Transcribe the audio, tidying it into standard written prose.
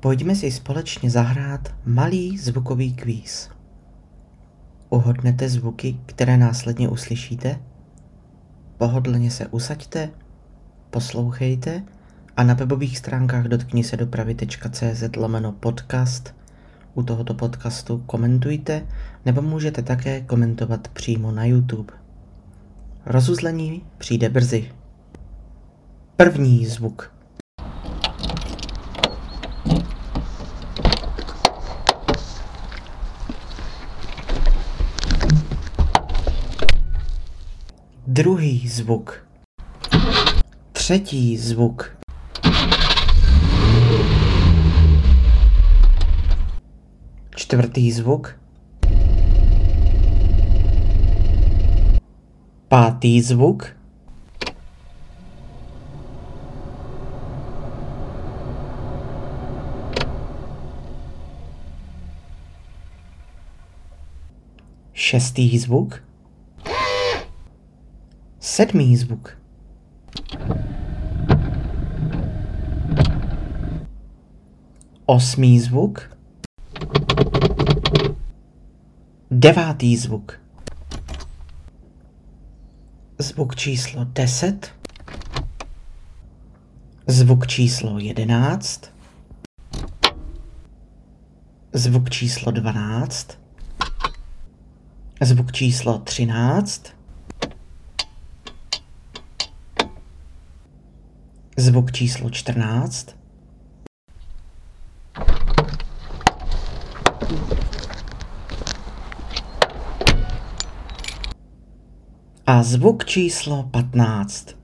Pojďme si společně zahrát malý zvukový kvíz. Uhodnete zvuky, které následně uslyšíte? Pohodlně se usaďte, poslouchejte a na webových stránkách dotknisedopravy.cz/podcast u tohoto podcastu komentujte, nebo můžete také komentovat přímo na YouTube. Rozuzlení přijde brzy. První zvuk. Druhý zvuk. Třetí zvuk. Čtvrtý zvuk. Pátý zvuk. Šestý zvuk. Sedmý zvuk. Osmý zvuk. Devátý zvuk. Zvuk číslo 10. Zvuk číslo 11. Zvuk číslo 12. Zvuk číslo 13. Zvuk číslo 14. A zvuk číslo 15.